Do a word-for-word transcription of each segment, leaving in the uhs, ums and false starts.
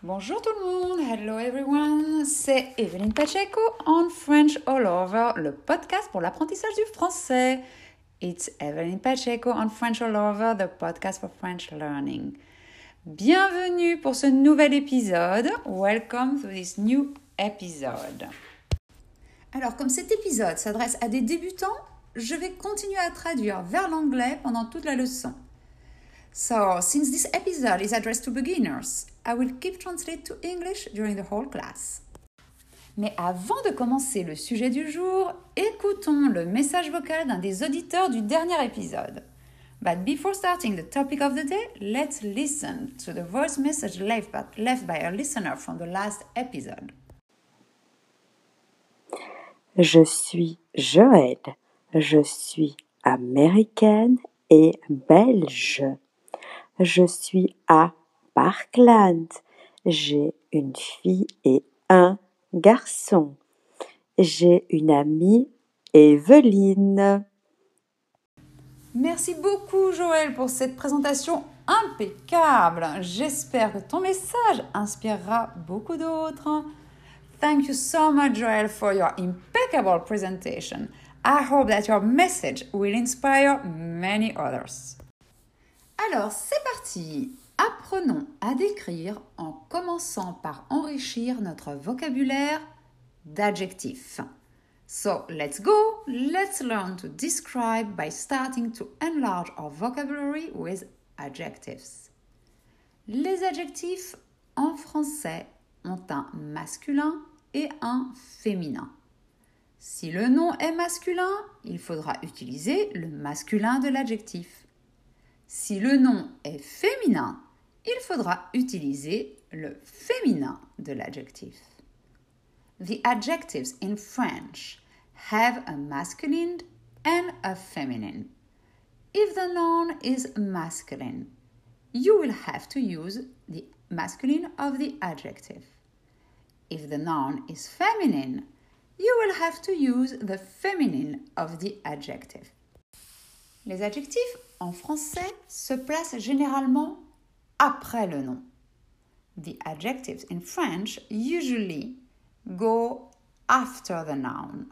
Bonjour tout le monde, hello everyone, c'est Evelyne Pacheco on French All Over, le podcast pour l'apprentissage du français. It's Evelyne Pacheco on French All Over, the podcast for French learning. Bienvenue pour ce nouvel épisode. Welcome to this new episode. Alors, comme cet épisode s'adresse à des débutants, je vais continuer à traduire vers l'anglais pendant toute la leçon. So, since this episode is addressed to beginners, I will keep translate to English during the whole class. Mais avant de commencer le sujet du jour, écoutons le message vocal d'un des auditeurs du dernier épisode. But before starting the topic of the day, let's listen to the voice message left by, left by a listener from the last episode. Je suis Joël, je suis américaine et belge. Je suis à Parkland. J'ai une fille et un garçon. J'ai une amie, Evelyne. Merci beaucoup Joël pour cette présentation impeccable. J'espère que ton message inspirera beaucoup d'autres. Thank you so much Joël for your impeccable presentation. I hope that your message will inspire many others. Alors, c'est parti! Apprenons à décrire en commençant par enrichir notre vocabulaire d'adjectifs. So, let's go! Let's learn to describe by starting to enlarge our vocabulary with adjectives. Les adjectifs en français ont un masculin et un féminin. Si le nom est masculin, il faudra utiliser le masculin de l'adjectif. Si le nom est féminin, il faudra utiliser le féminin de l'adjectif. The adjectives in French have a masculine and a feminine. If the noun is masculine, you will have to use the masculine of the adjective. If the noun is feminine, you will have to use the feminine of the adjective. Les adjectifs en français se placent généralement après le nom. The adjectives in French usually go after the noun.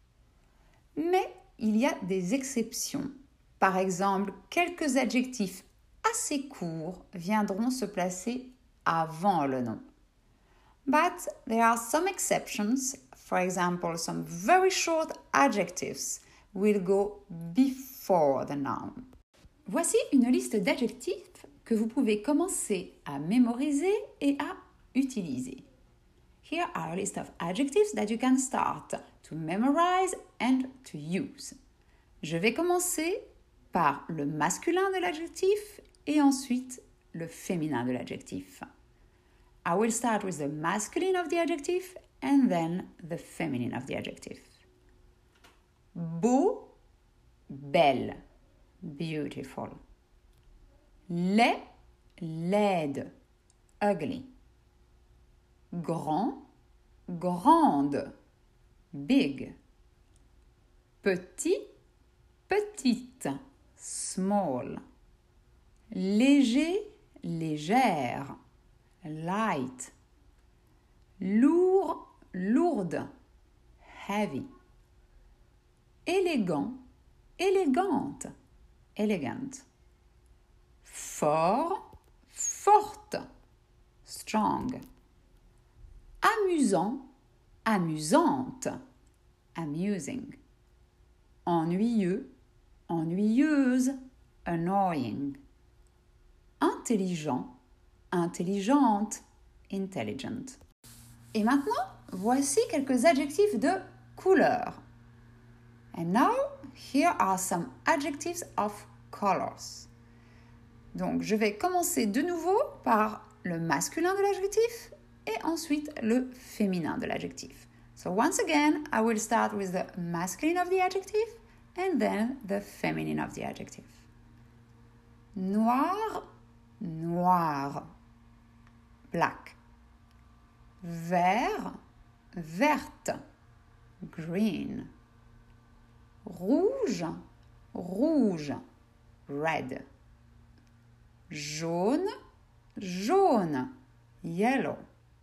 Mais il y a des exceptions. Par exemple, quelques adjectifs assez courts viendront se placer avant le nom. But there are some exceptions. For example, some very short adjectives will go before the noun. Voici une liste d'adjectifs que vous pouvez commencer à mémoriser et à utiliser. Here are a list of adjectives that you can start to memorize and to use. Je vais commencer par le masculin de l'adjectif et ensuite le féminin de l'adjectif. I will start with the masculine of the adjective and then the feminine of the adjective. Beau, belle, beautiful. Laid, laide, ugly. Grand, grande, big. Petit, petite, small. Léger, légère, light. Lourd, lourde, heavy. Élégant, élégante, elegant. Fort, forte, strong. Amusant, amusante, amusing. Ennuyeux, ennuyeuse, annoying. Intelligent, intelligente, intelligent. Et maintenant, voici quelques adjectifs de couleur. And now, here are some adjectives of colors. Donc, je vais commencer de nouveau par le masculin de l'adjectif et ensuite le féminin de l'adjectif. So, once again, I will start with the masculine of the adjective and then the feminine of the adjective. Noir, noir, black. Vert, verte, green. Rouge, rouge, red. Jaune, jaune, yellow.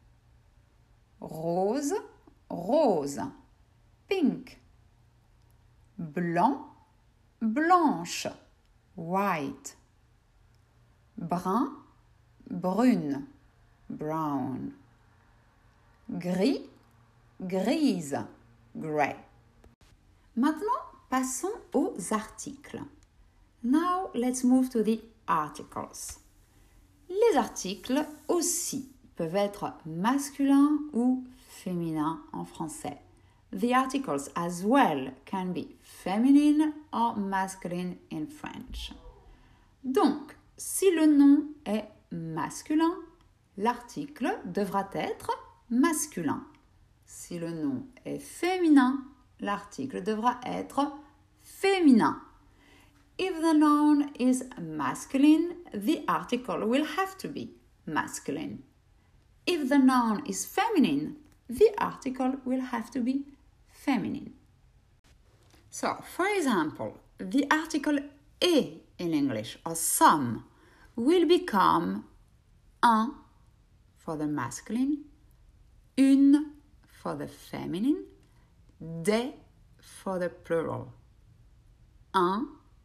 Rose, rose. Pink. Blanc, blanche. White. Brun, brune. Brown. Gris, grise. Grey. Maintenant, passons aux articles. Now, let's move to the articles. Les articles aussi peuvent être masculins ou féminins en français. The articles as well can be feminine or masculine in French. Donc, si le nom est masculin, l'article devra être masculin. Si le nom est féminin, l'article devra être féminin. If the noun is masculine, the article will have to be masculine. If the noun is feminine, the article will have to be feminine. So, for example, the article et in English, or some, will become un for the masculine, une for the feminine, des for the plural. Un,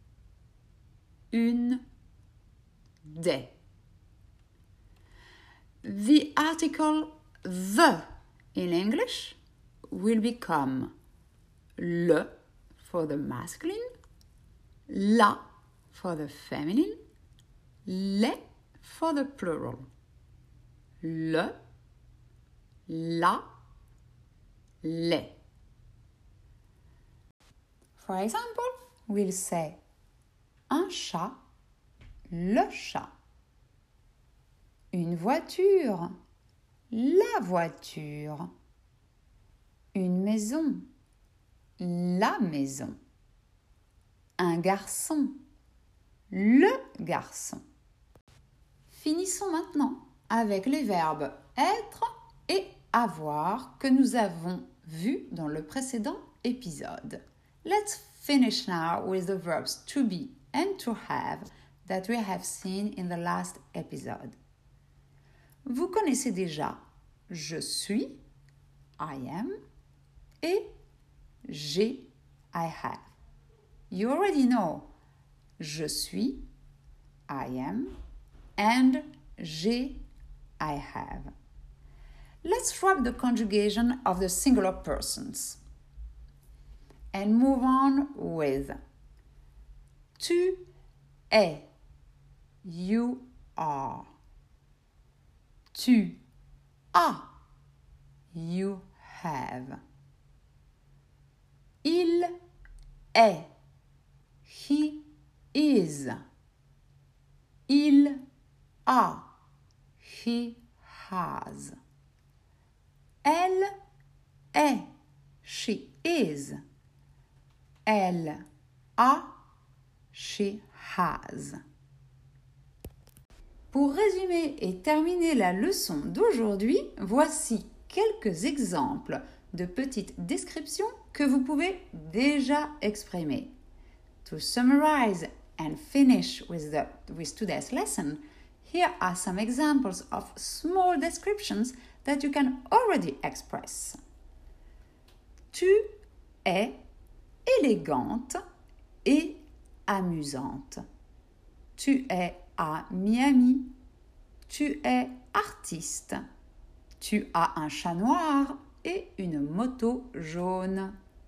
une, des. The article the in English will become le for the masculine, la for the feminine, les for the plural. Le, la, les. For example, we'll say un chat, le chat. Une voiture, la voiture. Une maison, la maison. Un garçon, le garçon. Finissons maintenant avec les verbes être et avoir que nous avons vus dans le précédent épisode. Let's finish now with the verbs to be and to have that we have seen in the last episode. Vous connaissez déjà je suis, I am, et j'ai, I have. You already know je suis, I am, and j'ai, I have. Let's drop the conjugation of the singular persons and move on with tu es, you are. Tu as, you have. Il est, he is. Il a, he has. Elle est, she is. Elle a, she has. Pour résumer et terminer la leçon d'aujourd'hui, voici quelques exemples de petites descriptions que vous pouvez déjà exprimer. To summarize and finish with, the, with today's lesson, here are some examples of small descriptions that you can already express. Tu es élégante et amusante. Tu es à Miami. Tu es artiste. Tu as un chat noir et une moto jaune.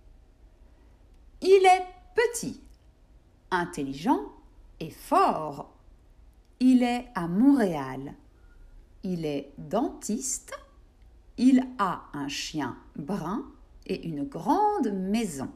Il est petit, intelligent et fort. Il est à Montréal. Il est dentiste. Il a un chien brun et une grande maison.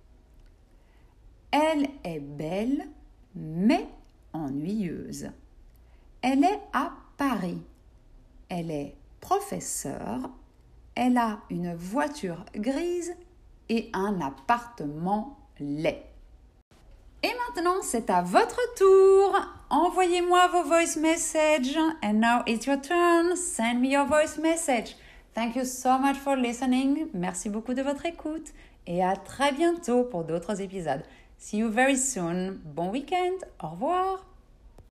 Elle est belle, mais ennuyeuse. Elle est à Paris. Elle est professeure. Elle a une voiture grise et un appartement laid. Et maintenant, c'est à votre tour. Envoyez-moi vos voice messages. And now it's your turn. Send me your voice message. Thank you so much for listening. Merci beaucoup de votre écoute. Et à très bientôt pour d'autres épisodes. See you very soon. Bon week-end. Au revoir.